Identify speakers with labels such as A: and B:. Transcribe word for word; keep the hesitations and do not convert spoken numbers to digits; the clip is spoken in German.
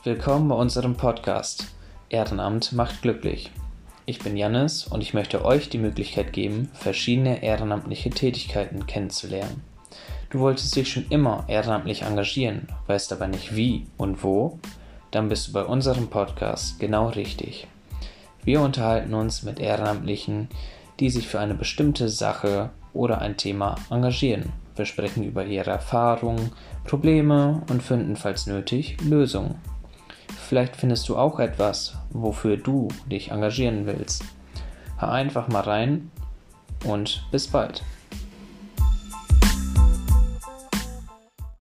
A: Willkommen bei unserem Podcast Ehrenamt macht glücklich. Ich bin Jannis und ich möchte euch die Möglichkeit geben, verschiedene ehrenamtliche Tätigkeiten kennenzulernen. Du wolltest dich schon immer ehrenamtlich engagieren, weißt aber nicht wie und wo? Dann bist du bei unserem Podcast genau richtig. Wir unterhalten uns mit Ehrenamtlichen, die sich für eine bestimmte Sache oder ein Thema engagieren. Wir sprechen über ihre Erfahrungen, Probleme und finden, falls nötig, Lösungen. Vielleicht findest du auch etwas, wofür du dich engagieren willst. Hör einfach mal rein und bis bald.